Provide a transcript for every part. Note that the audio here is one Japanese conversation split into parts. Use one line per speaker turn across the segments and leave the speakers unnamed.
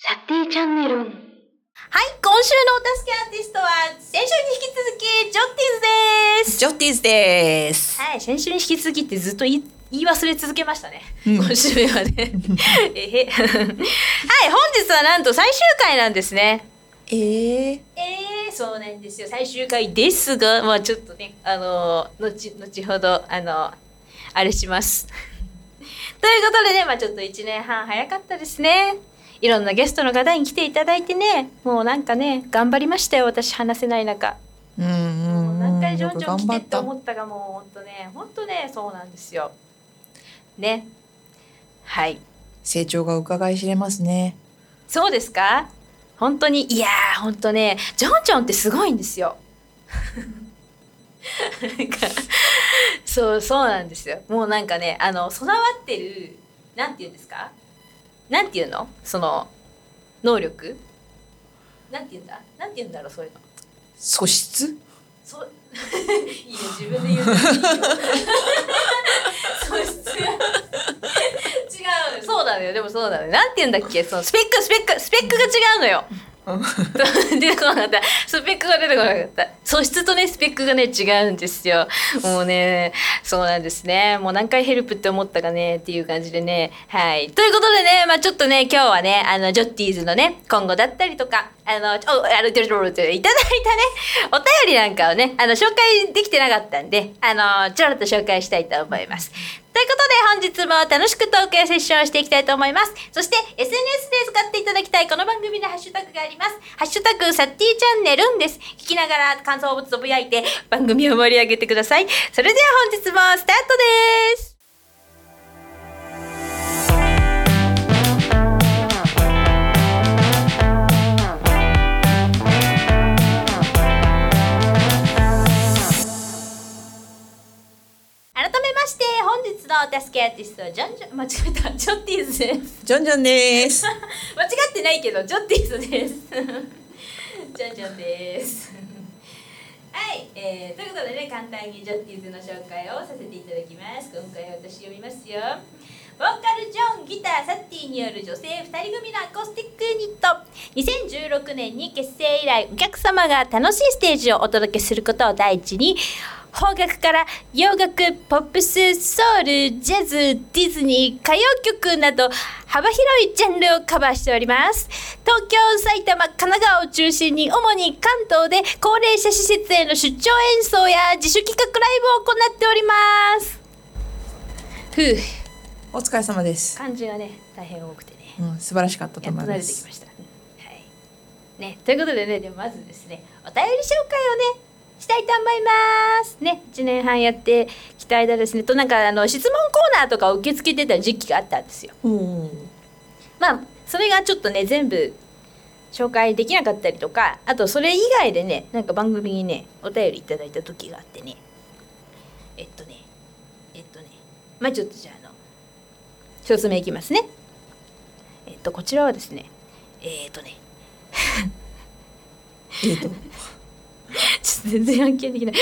サティチャンネル。
はい、今週のお助けアーティストは先週に引き続きジョッティーズです。
ジョッティーズです。
はい、先週に引き続きってずっと言い忘れ続けましたね、
今
週目はねはい、本日はなんと最終回なんですね。そうなんですよ、最終回ですが、まあちょっとね後ほどあれしますということでね、まあちょっと1年半早かったですね。いろんなゲストの方に来ていただいてね、もうなんかね頑張りましたよ、私話せない中。もう何回ジョンジョン来てって思ったが、もうほんとねそうなんですよね。はい、
成長が伺い知れますね。
そうですか。本当に、いやー本当ね、ジョンジョンってすごいんですよなんかそうなんですよ。もうなんかね備わってる、なんて言うんですか、なんて言うの、その能力、なんて言うんだろう、そういうの。
素質？
そういいよ、自分で言うのいいよ素質違う、そうなのよ。でもそうなのよ、なんて言うんだっけ、そのスペックが違うのよ出てこなかった、スペックが出てこなかった。素質とねスペックがね違うんですよ。もうねそうなんですね。もう何回ヘルプって思ったかねっていう感じでね。はい、ということでね、まあちょっとね今日はねジョッティーズのね今後だったりとかいただいたねお便りなんかをね紹介できてなかったんでちょろっと紹介したいと思います。ということで本日も楽しくトークやセッションをしていきたいと思います。そして SNS で使っていただきたいこの番組のハッシュタグがあります。ハッシュタグサティチャンネルんです。聞きながら感想をつぶやいて番組を盛り上げてください。それでは本日もスタートです。改めまして本日のお助けアーティストはジョッティーズです。
ジョンジョンです
間違ってないけどジョッティーズですジョンジョンですはい、ということでね、簡単にジョッティーズの紹介をさせていただきます。今回は私読みますよ。ボーカルジョン、ギターサッティによる女性2人組のアコースティックユニット。2016年に結成以来、お客様が楽しいステージをお届けすることを第一に、邦楽から洋楽、ポップス、ソウル、ジャズ、ディズニー、歌謡曲など幅広いジャンルをカバーしております。東京、埼玉、神奈川を中心に主に関東で高齢者施設への出張演奏や自主企画ライブを行っております。
お疲れ様です。
漢字がね大変多くてね、
素晴らしかったと思います。
やっと慣れてきました、はいね、ということでね、でもまずですねお便り紹介をねしたいと思いますね。1年半やってきた間ですねと、なんか質問コーナーとかを受け付けてた時期があったんですよ。まあそれがちょっとね全部紹介できなかったりとか、あとそれ以外でねなんか番組にねお便りいただいた時があってね、まあちょっとじゃあ一つ目いきますね。こちらはですねちょっと全然関係できない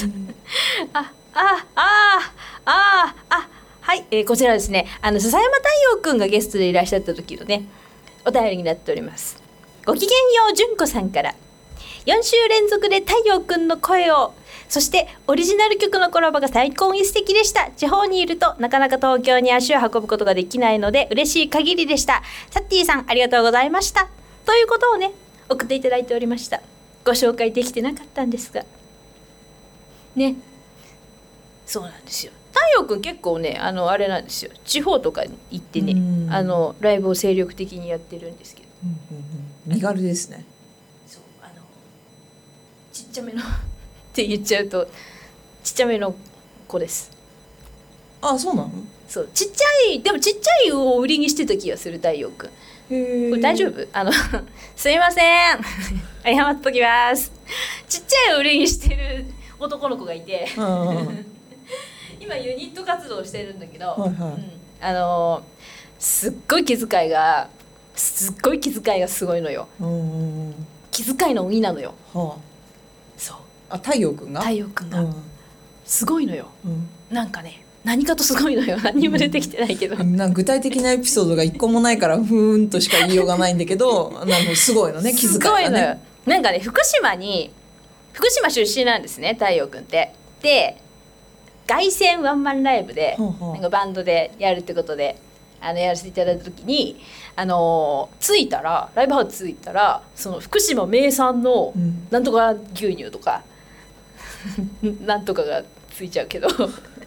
はい、こちらですね笹山太陽くんがゲストでいらっしゃった時のねお便りになっております。ごきげんよう純子さんから、4週連続で太陽くんの声を、そしてオリジナル曲のコラボが最高に素敵でした。地方にいるとなかなか東京に足を運ぶことができないので嬉しい限りでした。サッティさんありがとうございましたということをね送っていただいておりました。ご紹介できてなかったんですがね、そうなんですよ。太陽くん結構ねあれなんですよ、地方とかに行ってねライブを精力的にやってるんですけど、
身軽ですね。
そうちっちゃめのって言っちゃうとちっちゃめの子です。
あ、そうなの？
そう、ちっちゃい、でもちっちゃいを売りにしてた気がする太陽くん。これ大丈夫？すいません謝っときます。ちっちゃいを売りにしてる男の子がいて今ユニット活動してるんだけど、すっごい気遣いがすごいのよ。気遣いの鬼なのよ。そう。
太陽くんが
すごいのよ。なんかね何かとすごいのよ。何も出てきてないけど、
なんか具体的なエピソードが一個もないからふーんとしか言いようがないんだけどなんかすごいのね、気遣い
す
がね。
ごいのよ。なんかね、福島出身なんですね、太陽くんって。で凱旋ワンマンライブで
ほうほう
なんかバンドでやるってことでやらせていただいた時に着いたらライブハウス着いたらその福島名産の
うん
なんとか牛乳とかなんとかがついちゃうけど名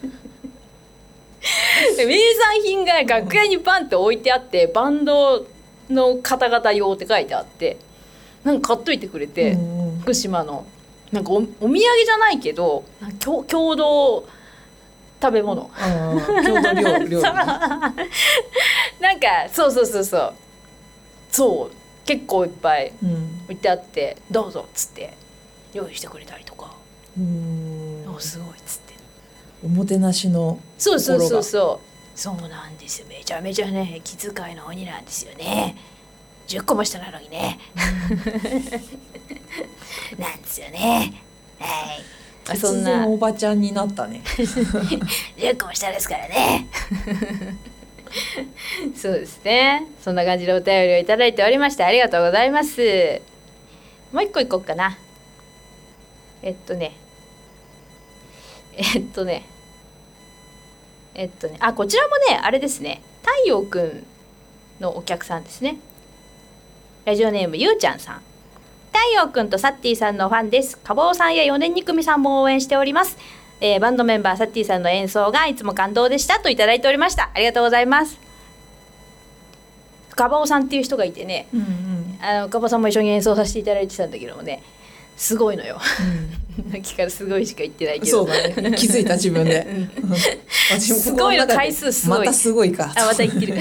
産品が楽屋にバンって置いてあってバンドの方々用って書いてあってなんか買っといてくれて、
うんうん
福島のなんかお土産じゃないけどなんか郷土食べ物
郷土料理
なんかそう結構いっぱい
うん
置いてあってどうぞっつって用意してくれたりとか、
うん
すごいっつって
おもてなしの
そう
心が
そうなんですよ。めちゃめちゃね気遣いの鬼なんですよね。10個も下なのにねなんですよね。はいまあそん
突
な
然おばちゃんになったね。
10個も下ですからねそうですね。そんな感じでお便りをいただいておりましてありがとうございます。もう一個いこうかな。こちらもねあれですね、太陽くんのお客さんですね。ラジオネームゆうちゃんさん。太陽くんとサッティさんのファンです。かぼうさんや4年2組さんも応援しております。バンドメンバーサッティさんの演奏がいつも感動でしたといただいておりました。ありがとうございます。かぼうさんっていう人がいてね、かぼうさんも一緒に演奏させていただいてたんだけどもね、すごいのよ。さっきからすごいしか言ってないけど。
そうだね、気づいた自分で。私も
すごいの回数すごい。
またすごいか。
また言ってる。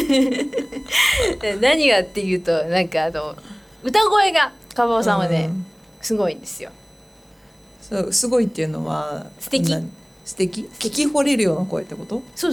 何がっていうとなんか歌声がかぼうさんはね、すごいんですよ。
そうすごいっていうのは
素敵
素敵聞き惚れるような声ってこと？
そう、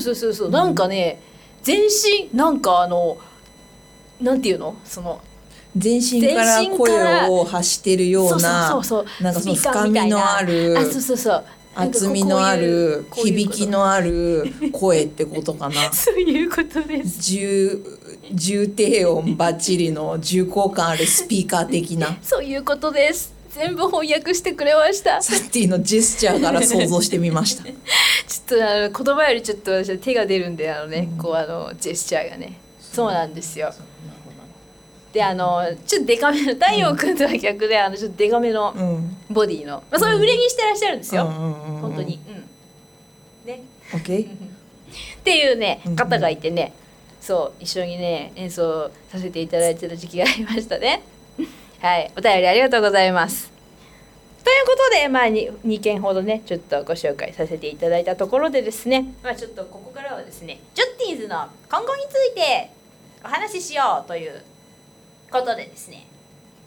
なんかね全身なんかなんていうの
全身から声を発してるようななんかその深みのある厚みのある響きのある声ってことかな。
そういうことです。
重低音バッチリの重厚感あるスピーカー的な。
そういうことです。全部翻訳してくれました。
サッティのジェスチャーから想像してみました。
ちょっと言葉よりちょっと私は手が出るんでこうジェスチャーがね。そうなんですよ。でちょっとデカめの太陽くんとは逆でちょっとデカめのボディの、それを売れにしてらっしゃるんですよ、本当に、ね
OK
っていうね方がいてね、そう一緒にね演奏させていただいてた時期がありましたね。はい、お便りありがとうございます。ということで、2件ほどねちょっとご紹介させていただいたところでですね、ちょっとここからはですねジョッティーズの今後についてお話ししようということでですね。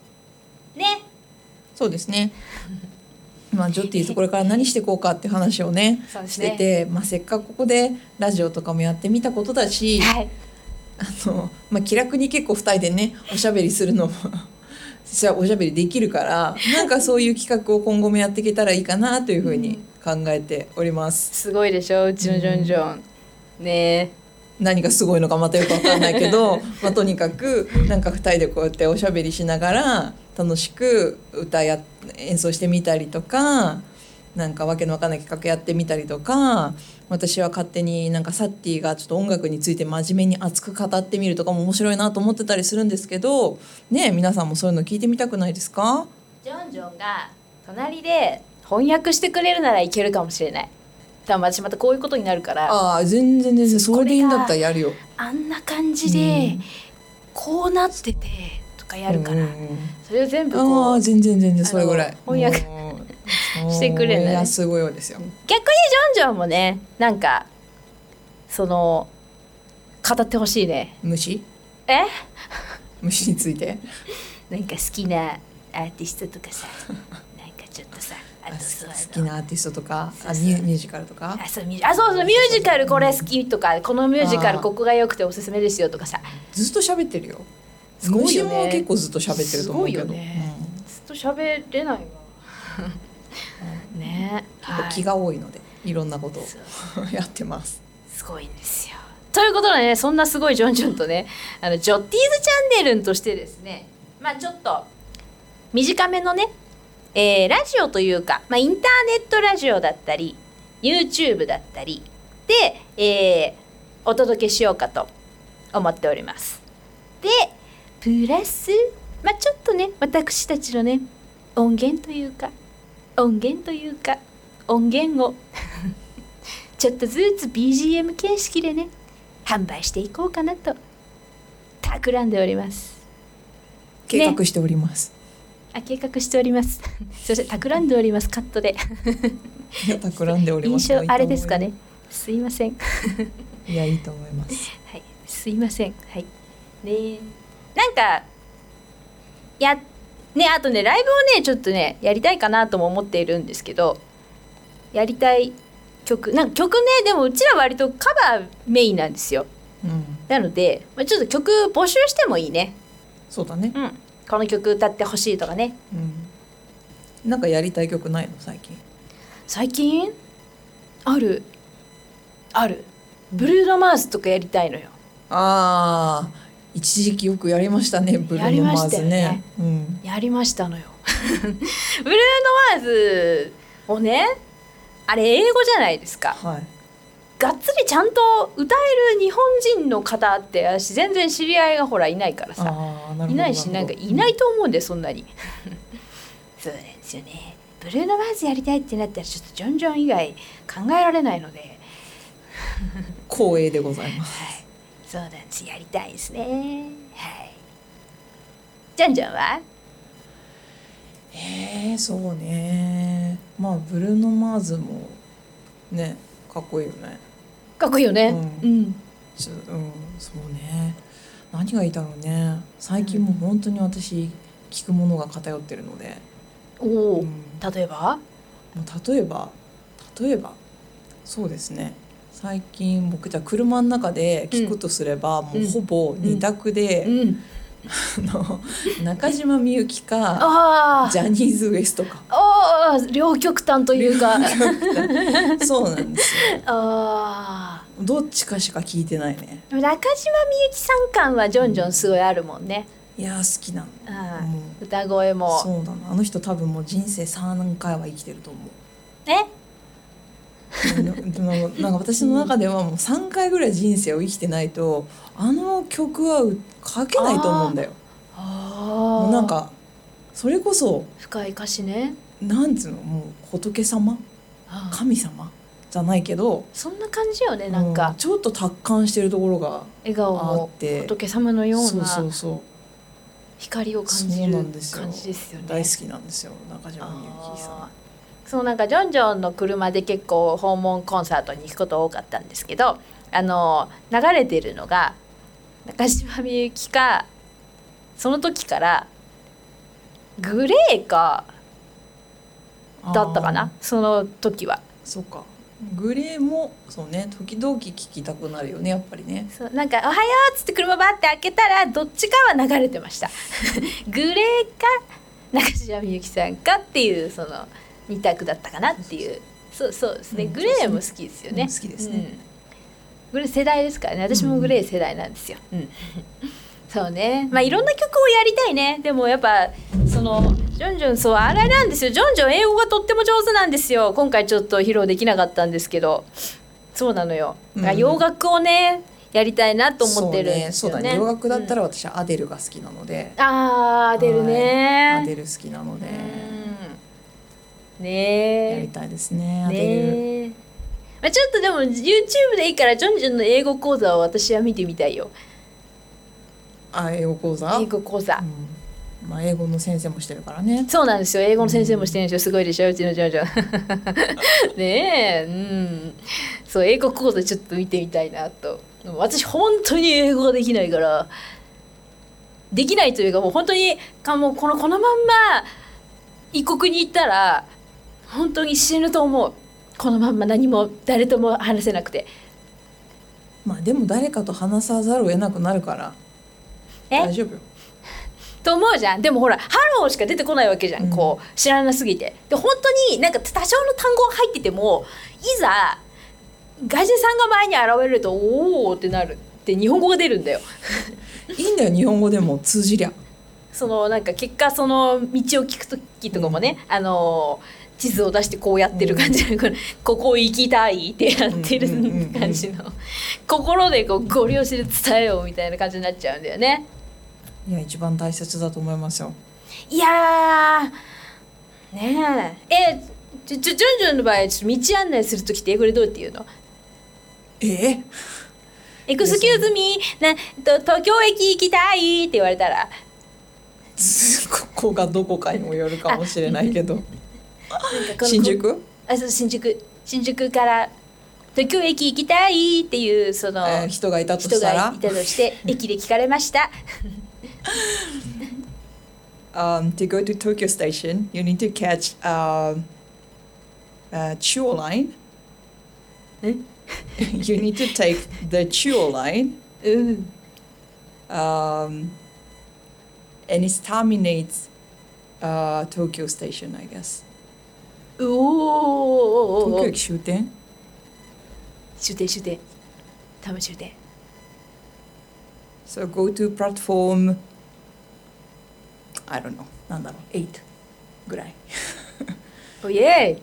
そうですね。ジョッティーズこれから何していこうかっていう話をねしてて、せっかくここでラジオとかもやってみたことだし、気楽に結構2人でねおしゃべりするのもおしゃべりできるからなんかそういう企画を今後もやっていけたらいいかなというふうに考えております。
すごいでしょうちのジョンジョン、ね。
何がすごいのかまたよく分かんないけどとにかくなんか2人でこうやっておしゃべりしながら楽しく演奏してみたりとか、なんかわけのわかんない企画やってみたりとか、私は勝手になんかサッティがちょっと音楽について真面目に熱く語ってみるとかも面白いなと思ってたりするんですけどね、皆さんもそういうの聞いてみたくないですか？
ジョンジョンが隣で翻訳してくれるならいけるかもしれない。多分私またこういうことになるから、
全然それでいいんだったらやるよ。
あんな感じで、こうなっててとかやるから、それを全部こう
全然それぐらい
翻訳してくれるのね。
いやすごいようですよ。
逆にジョンジョンもねなんか語ってほしいね。
虫について
なんか好きなアーティストとかさなんかちょっとさ
好きなアーティストとかミュージカルとか
そうミュージカルこれ好きとかこのミュージカルここが良くておすすめですよとかさ
ずっと喋ってるよ。
すごいよね。
虫も結構ずっと喋ってると思うけど、
すごいよね、ずっと喋れないわね。
気が多いのでいろんなことを
そう
やってます。
すごいんですよ。ということでね、そんなすごいジョンジョンとね、ジョッティーズチャンネルとしてですね、まあちょっと短めのね、ラジオというか、まあ、インターネットラジオだったり YouTube だったりで、お届けしようかと思っております。でプラス、まあ、ちょっとね私たちのね音源というか音源をちょっとずつ BGM 形式でね販売していこうかなと企んでおります。
計画しております。
計画しております。すいません、企んでおります。カットで。
いや、企んでおります。
印象あれですかね。すいません。
いや、いいと思います。
はい、すいません。はい。ね、なんかあとねライブをねちょっとねやりたいかなとも思っているんですけど、やりたい曲ね、でもうちら割とカバーメインなんですよ。なので、ちょっと曲募集してもいいね。
そうだね。
この曲歌ってほしいとかね。
なんかやりたい曲ないの最近？
ある。ブルーノ・マーズとかやりたいのよ。
一時期よくやりましたね、ブルーノ・マーズね。
やりましたのよ。ブルーノ・マーズをね、あれ英語じゃないですか。がっつりちゃんと歌える日本人の方って私全然知り合いがほらいないからさ、いないし、なんかいないと思うんでそんなに。そうなんですよね。ブルーノ・マーズやりたいってなったらちょっとジョンジョン以外考えられないので
光栄でございます。
そうなんです、やりたいですね。ジョンジョンは？
そうね、まあブルーノ・マーズもねかっこいいよね。
かっこいいよね。
そうね。何がいいだろうね。最近も本当に私聞くものが偏ってるので。
例えば
そうですね。最近僕じゃ車の中で聞くとすれば、もうほぼ二択で、中島みゆきかジャニーズ WEST か。
両極端というか。
そうなんですよ。どっちかしか聞いてないね。
中島みゆきさん感はジョンジョンすごいあるもんね。
いや好きなの。
歌声も。
そうだな。あの人多分もう人生3回は生きてると思う。なんか私の中ではもう3回ぐらい人生を生きてないとあの曲は書けないと思うんだよ。もうなんかそれこそ
深い歌詞ね。
なんつうの、もう仏様、神様じゃないけど
そんな感じよね。なんか
ちょっと達観してるところが
笑顔も仏様のような光を感じる感じですよね。
大好きなんですよ中島みゆきさん。
そう、なんかジョンジョンの車で結構訪問コンサートに行くこと多かったんですけど、流れてるのが中島みゆきか、その時からグレーかだったかな、その時は。
そうか、グレーもそうね、時々聞きたくなるよねやっぱりね。
そう、なんか「おはよう」っつって車バッて開けたらどっちかは流れてました。グレーか中島みゆきさんかっていうその2択だったかなっていう。そうですね、グレーも好きですよね。
好きですね、
グレー世代ですからね。私もグレー世代なんですよ。そうね、まあいろんな曲をやりたいね。でもやっぱそのジョンジョン、そうあれなんですよ、ジョンジョン英語がとっても上手なんですよ。今回ちょっと披露できなかったんですけど、そうなのよ。洋楽をねやりたいなと思ってるんですよね。
そうだね、洋楽だったら私はアデルが好きなので。
アデルね、
アデル好きなので
ね、
やりたいですね、アデル。
まあ、ちょっとでも YouTube でいいからジョンジョンの英語講座を私は見てみたいよ。
英語講座、まあ、英語の先生もしてるからね。
そうなんですよ、英語の先生もしてるんですよ。すごいでしょうちのジョンジョン。ねえ、そう、英語講座ちょっと見てみたいなと。私本当に英語ができないから、できないというかもう本当にもうこのまんま異国に行ったら本当に死ぬと思う。このまんま何も誰とも話せなくて。
まあでも誰かと話さざるを得なくなるから大丈夫よ。
と思うじゃん。でもほらハローしか出てこないわけじゃん、こう知らなすぎて。で本当になんか多少の単語が入っててもいざ外人さんが前に現れるとおーってなるって日本語が出るんだよ。
いいんだよ日本語でも通じりゃ。
そのなんか結果その道を聞く時とかもね、地図を出してこうやってる感じで、ここ行きたいってやってる感じの、心でこうご利用して伝えようみたいな感じになっちゃうんだよね。
いや一番大切だと思いますよ。
いやーねえジュンジュンの場合ちょっと道案内する時って英語でどうやって言うの？エクスキューズミー東京駅行きたいって言われたら
ここがどこかにもよるかもしれないけど新宿？
そう新宿から東京駅行きたいっていうその、
人がいたとしたら
して駅で聞かれました。
To go to Tokyo Station, you need to catch Chuo line. You need to take the Chuo line. And it terminates Tokyo Station, I guess. 東京駅終点？
終点多分終点。
So go to platform I don't know なんだろう8ぐらい。
おイエ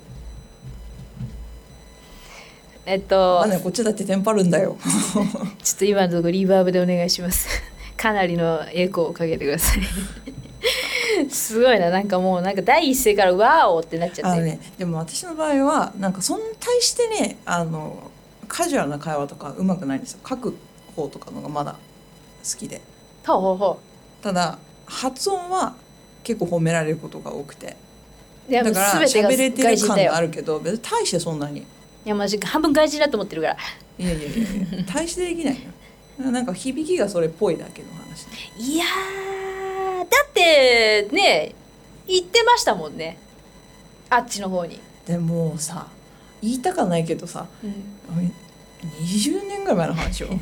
ーイ。
こっちだってテンパるんだよ。
ちょっと今のところリバーブでお願いします。かなりのエコーをかけてください。すごいな、なんかもうなんか第一声からワオってなっちゃってる。
でも私の場合はなんかそんな対してねカジュアルな会話とかうまくないんですよ。書く方とかのがまだ好きで。ただ発音は結構褒められることが多くて、だから喋れてる感があるけど別に大してそんなに。
いやマジ半分外人だと思ってるから。
いや大してできないよ。なんか響きがそれっぽいだけの話。
いやーだってね言ってましたもんね、あっちの方に。
でもさ言いたかないけどさ、20年ぐらい前の話よ。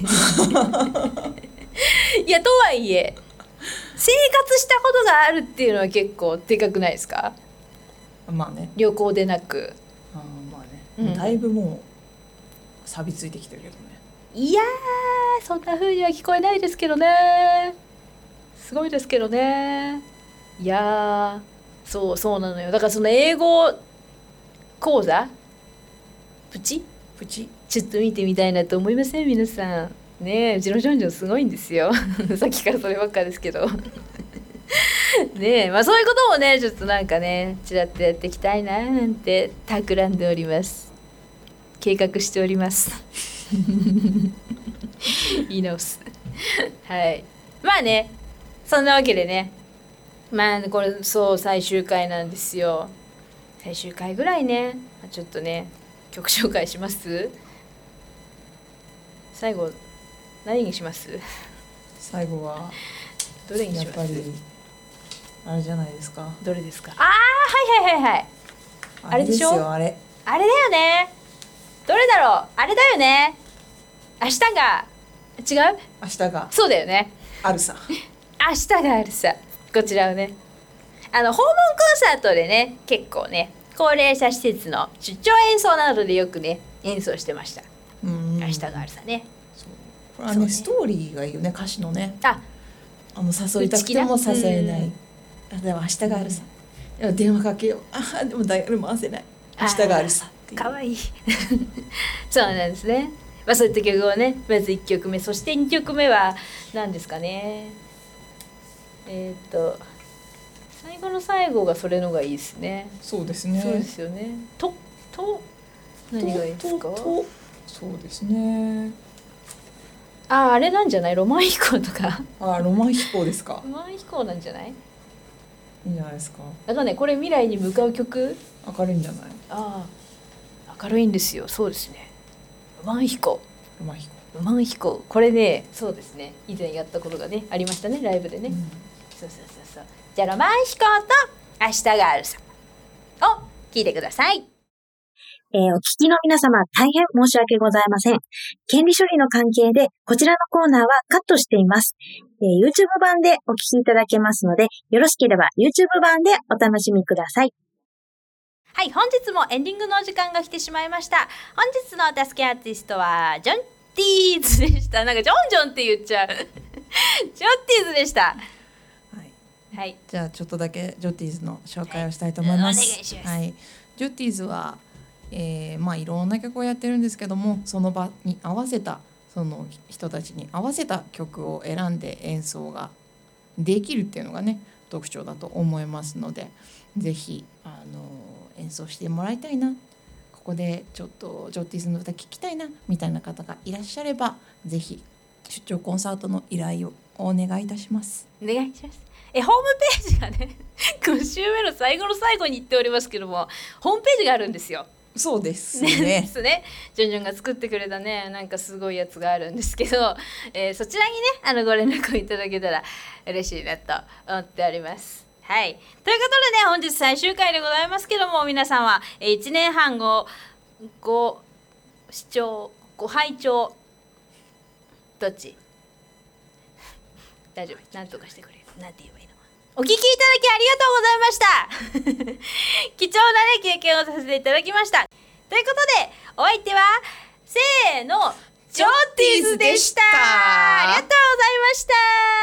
いやとはいえ生活したことがあるっていうのは結構でかくないですか？
まあね、
旅行でなく。
まあね、だいぶもう錆びついてきてるけどね。
いやーそんな風には聞こえないですけどね。すごいですけどね。いやーそうなのよ。だからその英語講座プチちょっと見てみたいなと思いません皆さんね。うちのジョンジョンすごいんですよ。さっきからそればっかですけど。ねえ、まあそういうこともねちょっとなんかねちらっとやっていきたいななんて企んでおります。計画しております。言い直す。はい。まあねそんなわけでね、まあこれそう最終回なんですよ。最終回ぐらいねちょっとね曲紹介します。最後何にします？
最後は
どれにします？
やっぱりあれじゃないですか。
どれですか？はいあれでしょ？
あれ
だよね。どれだろう？あれだよね。明日が違う？
明日が
そうだよね。
あるさ。
明日があるさ。こちらをね訪問コンサートでね結構ね高齢者施設の出張演奏などでよくね演奏してました。明日があるさね。
これはねストーリーがいいよね、歌詞のね。誘いたくても誘えない。でも明日があるさ。でも電話かけよう。でもダイヤル回せない。明日があるさっていう。
かわいい。そうなんですね。まあそういった曲をねまず1曲目、そして2曲目は何ですかね。最後の最後がそれのがいいですね。
そうですね。
そうですよね。何がいいですか？
そうですね。
あれなんじゃない？ロマン飛行とか。
ロマン飛行ですか。
ロマン飛行なんじゃない？
いいんじゃないですか。
だからねこれ未来に向かう曲。
明るいんじゃない。
明るいんですよ。そうですね。ロマン飛行これねそうですね以前やったことがねありましたねライブでね。そうじゃあロマン飛行と明日があるさを聞いてください。
お聞きの皆様大変申し訳ございません。権利処理の関係でこちらのコーナーはカットしています。 YouTube 版でお聞きいただけますので、よろしければ YouTube 版でお楽しみください。
はい、本日もエンディングのお時間が来てしまいました。本日の助けアーティストはジョンティーズでした。なんかジョンジョンって言っちゃうジョンティーズでした。はい、
じゃあちょっとだけジョティーズの紹介をしたいと思います。
お願いします。
はい、ジョティーズは、いろんな曲をやってるんですけども、その場に合わせたその人たちに合わせた曲を選んで演奏ができるっていうのがね特徴だと思いますので、ぜひ演奏してもらいたいな、ここでちょっとジョティーズの歌聴きたいなみたいな方がいらっしゃれば、ぜひ出張コンサートの依頼をお願いいたします。
お願いします。ホームページがね5週目の最後の最後に言っておりますけども、ホームページがあるんですよ。
そうですね。
ですね。ジョンジョンが作ってくれたね、なんかすごいやつがあるんですけど、そちらにねご連絡をいただけたら嬉しいなと思っております。はい。ということでね、本日最終回でございますけども、皆さんは1年半ご視聴ご拝聴どっち大丈夫、なんとかしてくれる、なんて言えばいいの。お聞きいただきありがとうございました貴重なね経験をさせていただきました。ということでお相手はせーのジョティーズでした。ありがとうございました。